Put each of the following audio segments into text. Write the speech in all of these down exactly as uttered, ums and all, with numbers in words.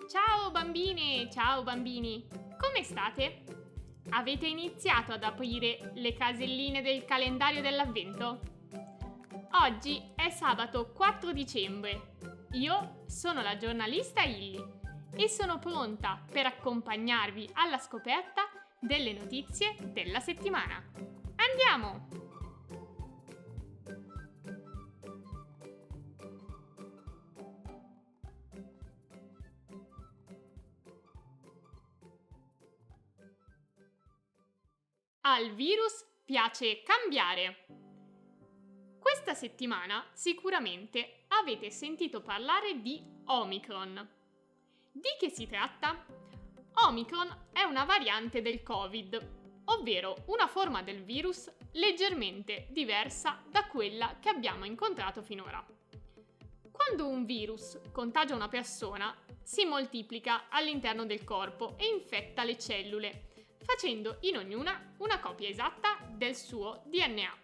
Ciao bambine, ciao bambini, come state? Avete iniziato ad aprire le caselline del calendario dell'avvento? Oggi è sabato quattro dicembre. Io sono la giornalista Illy e sono pronta per accompagnarvi alla scoperta delle notizie della settimana. Andiamo! Al virus piace cambiare. Questa settimana sicuramente avete sentito parlare di Omicron. Di che si tratta? Omicron è una variante del Covid, ovvero una forma del virus leggermente diversa da quella che abbiamo incontrato finora. Quando un virus contagia una persona, si moltiplica all'interno del corpo e infetta le cellule, facendo in ognuna una copia esatta del suo D N A.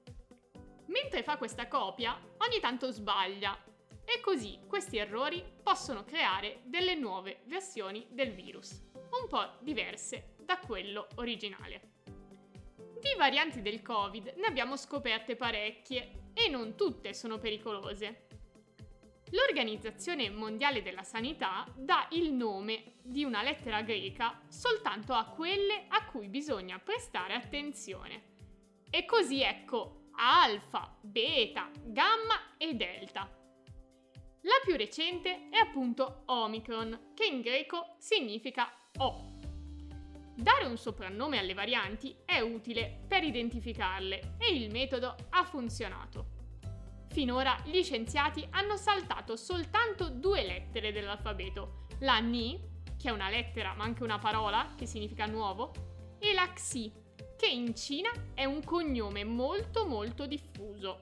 Mentre fa questa copia, ogni tanto sbaglia e così questi errori possono creare delle nuove versioni del virus, un po' diverse da quello originale. Di varianti del Covid ne abbiamo scoperte parecchie e non tutte sono pericolose. L'Organizzazione Mondiale della Sanità dà il nome di una lettera greca soltanto a quelle a cui bisogna prestare attenzione. E così ecco alfa, beta, gamma e delta. La più recente è appunto Omicron, che in greco significa O. Dare un soprannome alle varianti è utile per identificarle e il metodo ha funzionato. Finora gli scienziati hanno saltato soltanto due lettere dell'alfabeto, la Ni, che è una lettera ma anche una parola che significa nuovo, e la Xi, che in Cina è un cognome molto molto diffuso.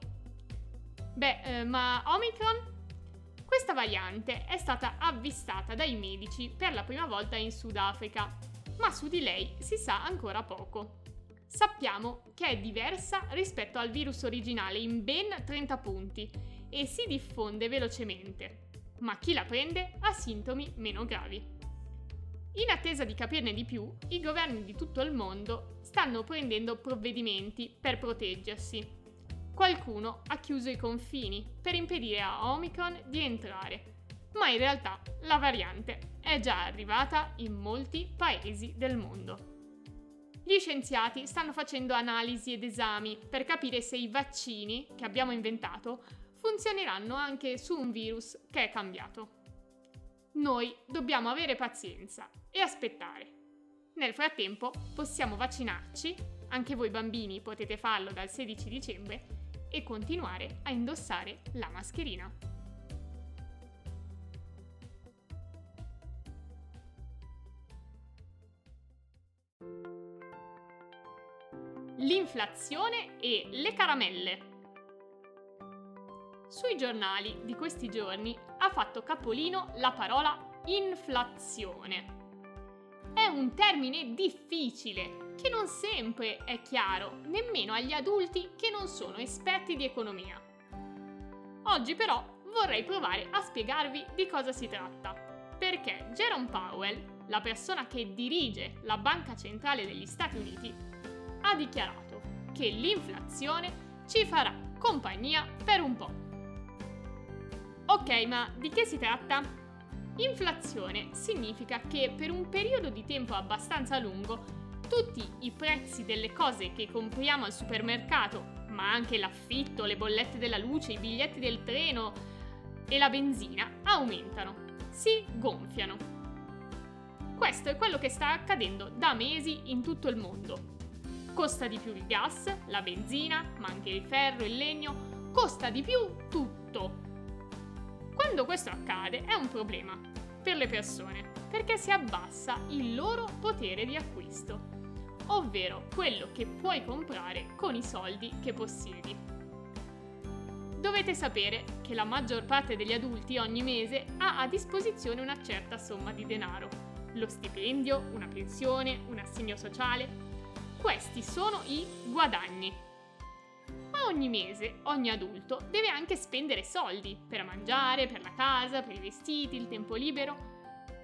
Beh, eh, ma Omicron? Questa variante è stata avvistata dai medici per la prima volta in Sudafrica, ma su di lei si sa ancora poco. Sappiamo che è diversa rispetto al virus originale in ben trenta punti e si diffonde velocemente, ma chi la prende ha sintomi meno gravi. In attesa di capirne di più, i governi di tutto il mondo stanno prendendo provvedimenti per proteggersi. Qualcuno ha chiuso i confini per impedire a Omicron di entrare, ma in realtà la variante è già arrivata in molti paesi del mondo. Gli scienziati stanno facendo analisi ed esami per capire se i vaccini che abbiamo inventato funzioneranno anche su un virus che è cambiato. Noi dobbiamo avere pazienza e aspettare. Nel frattempo possiamo vaccinarci, anche voi bambini potete farlo dal sedici dicembre, e continuare a indossare la mascherina. L'inflazione e le caramelle. Sui giornali di questi giorni ha fatto capolino la parola inflazione. È un termine difficile che non sempre è chiaro nemmeno agli adulti che non sono esperti di economia. Oggi però vorrei provare a spiegarvi di cosa si tratta, perché Jerome Powell, la persona che dirige la Banca Centrale degli Stati Uniti, ha dichiarato che l'inflazione ci farà compagnia per un po'. Ok, ma di che si tratta? Inflazione significa che per un periodo di tempo abbastanza lungo tutti i prezzi delle cose che compriamo al supermercato, ma anche l'affitto, le bollette della luce, i biglietti del treno e la benzina aumentano, si gonfiano. Questo è quello che sta accadendo da mesi in tutto il mondo. Costa di più il gas, la benzina, ma anche il ferro, il legno, costa di più tutto. Quando questo accade è un problema per le persone, perché si abbassa il loro potere di acquisto, ovvero quello che puoi comprare con i soldi che possiedi. Dovete sapere che la maggior parte degli adulti ogni mese ha a disposizione una certa somma di denaro, lo stipendio, una pensione, un assegno sociale. Questi sono i guadagni. Ma ogni mese ogni adulto deve anche spendere soldi per mangiare, per la casa, per i vestiti, il tempo libero.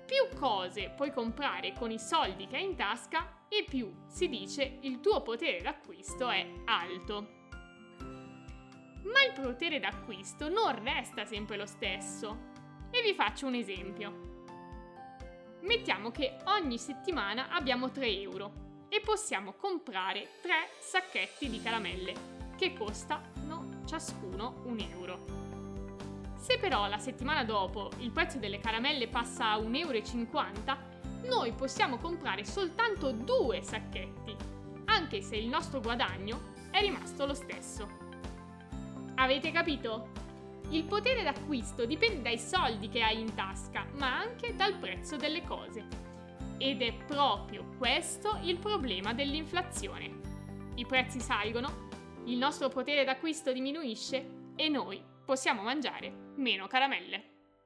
più cose puoi comprare con i soldi che hai in tasca e più si dice il tuo potere d'acquisto è alto. Ma il potere d'acquisto non resta sempre lo stesso. E vi faccio un esempio. Mettiamo che ogni settimana abbiamo tre euro e possiamo comprare tre sacchetti di caramelle che costano ciascuno un euro. Se però la settimana dopo il prezzo delle caramelle passa a un euro e cinquanta, noi possiamo comprare soltanto due sacchetti, anche se il nostro guadagno è rimasto lo stesso. Avete capito? Il potere d'acquisto dipende dai soldi che hai in tasca, ma anche dal prezzo delle cose. Ed è proprio questo il problema dell'inflazione. I prezzi salgono, il nostro potere d'acquisto diminuisce e noi possiamo mangiare meno caramelle.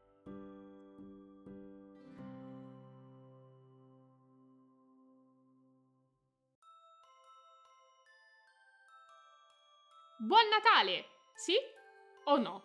Buon Natale! Sì o no?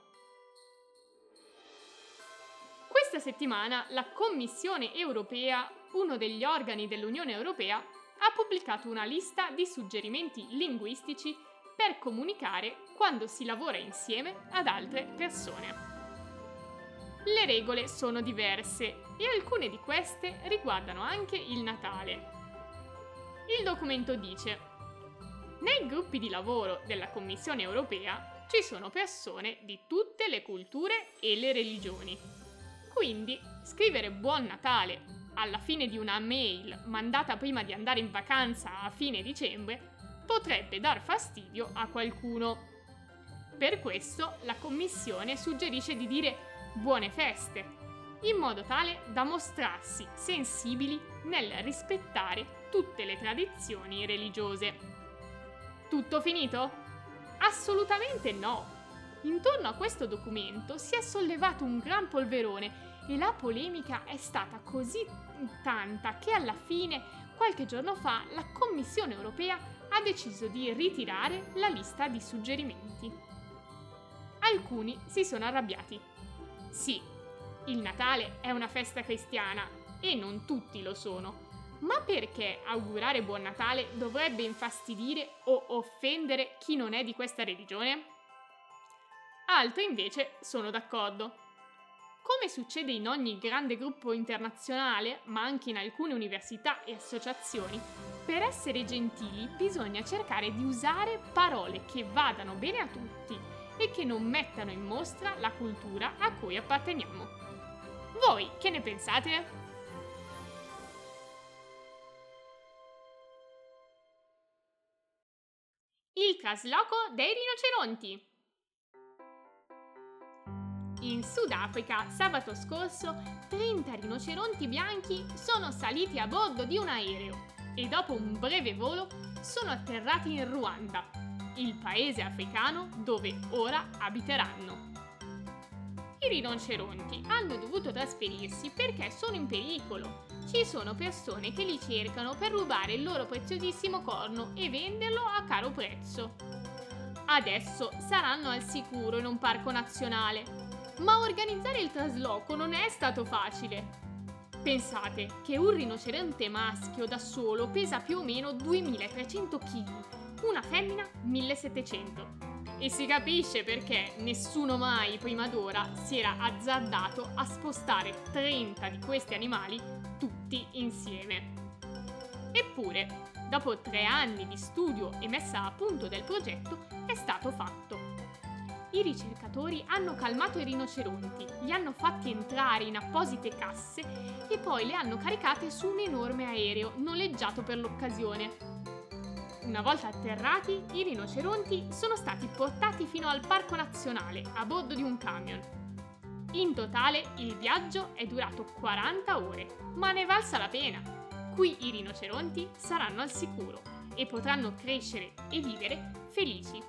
Questa settimana la Commissione europea, uno degli organi dell'Unione Europea, ha pubblicato una lista di suggerimenti linguistici per comunicare quando si lavora insieme ad altre persone. Le regole sono diverse e alcune di queste riguardano anche il Natale. Il documento dice: nei gruppi di lavoro della Commissione europea ci sono persone di tutte le culture e le religioni. Quindi, scrivere Buon Natale alla fine di una mail mandata prima di andare in vacanza a fine dicembre potrebbe dar fastidio a qualcuno. Per questo la Commissione suggerisce di dire buone feste, in modo tale da mostrarsi sensibili nel rispettare tutte le tradizioni religiose. Tutto finito? Assolutamente no! Intorno a questo documento si è sollevato un gran polverone e la polemica è stata così tanta che alla fine, qualche giorno fa, la Commissione europea ha deciso di ritirare la lista di suggerimenti. Alcuni si sono arrabbiati. Sì, il Natale è una festa cristiana e non tutti lo sono. Ma perché augurare Buon Natale dovrebbe infastidire o offendere chi non è di questa religione? Altri invece sono d'accordo. Come succede in ogni grande gruppo internazionale, ma anche in alcune università e associazioni, per essere gentili bisogna cercare di usare parole che vadano bene a tutti e che non mettano in mostra la cultura a cui apparteniamo. Voi che ne pensate? Il trasloco dei rinoceronti. In Sudafrica, sabato scorso, trenta rinoceronti bianchi sono saliti a bordo di un aereo e dopo un breve volo sono atterrati in Ruanda, il paese africano dove ora abiteranno. I rinoceronti hanno dovuto trasferirsi perché sono in pericolo. Ci sono persone che li cercano per rubare il loro preziosissimo corno e venderlo a caro prezzo. Adesso saranno al sicuro in un parco nazionale, ma organizzare il trasloco non è stato facile. Pensate che un rinoceronte maschio da solo pesa più o meno duemilatrecento chilogrammi, una femmina millesettecento. E si capisce perché nessuno mai prima d'ora si era azzardato a spostare trenta di questi animali tutti insieme. Eppure, dopo tre anni di studio e messa a punto del progetto, è stato fatto. I ricercatori hanno calmato i rinoceronti, li hanno fatti entrare in apposite casse e poi le hanno caricate su un enorme aereo noleggiato per l'occasione. Una volta atterrati, i rinoceronti sono stati portati fino al Parco Nazionale a bordo di un camion. In totale il viaggio è durato quaranta ore, ma ne è valsa la pena. Qui i rinoceronti saranno al sicuro e potranno crescere e vivere felici.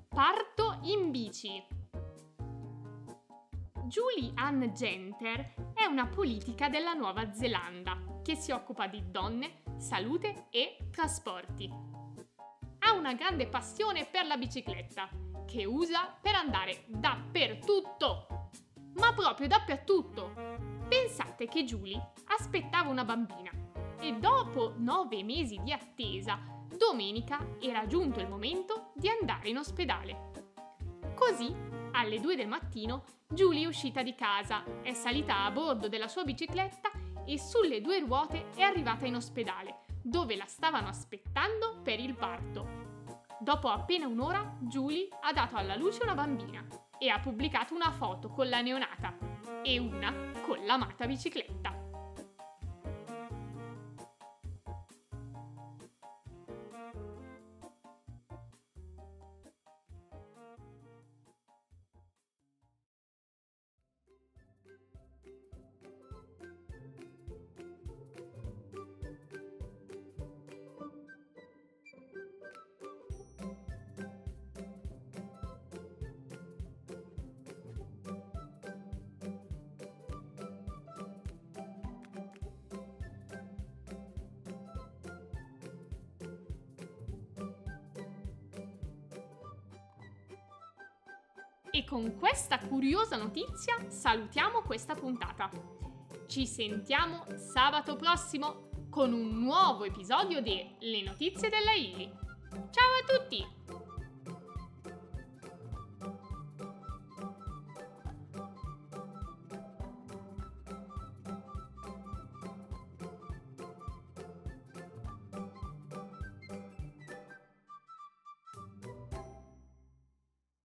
Parto in bici. Julie Ann Genter è una politica della Nuova Zelanda che si occupa di donne, salute e trasporti. Ha una grande passione per la bicicletta, che usa per andare dappertutto, ma proprio dappertutto. Pensate che Julie aspettava una bambina e dopo nove mesi di attesa, domenica era giunto il momento di andare in ospedale. Così, alle due del mattino, Julie è uscita di casa, è salita a bordo della sua bicicletta e sulle due ruote è arrivata in ospedale, dove la stavano aspettando per il parto. Dopo appena un'ora, Julie ha dato alla luce una bambina e ha pubblicato una foto con la neonata e una con l'amata bicicletta. E con questa curiosa notizia salutiamo questa puntata. Ci sentiamo sabato prossimo con un nuovo episodio di Le notizie della Illy. Ciao a tutti!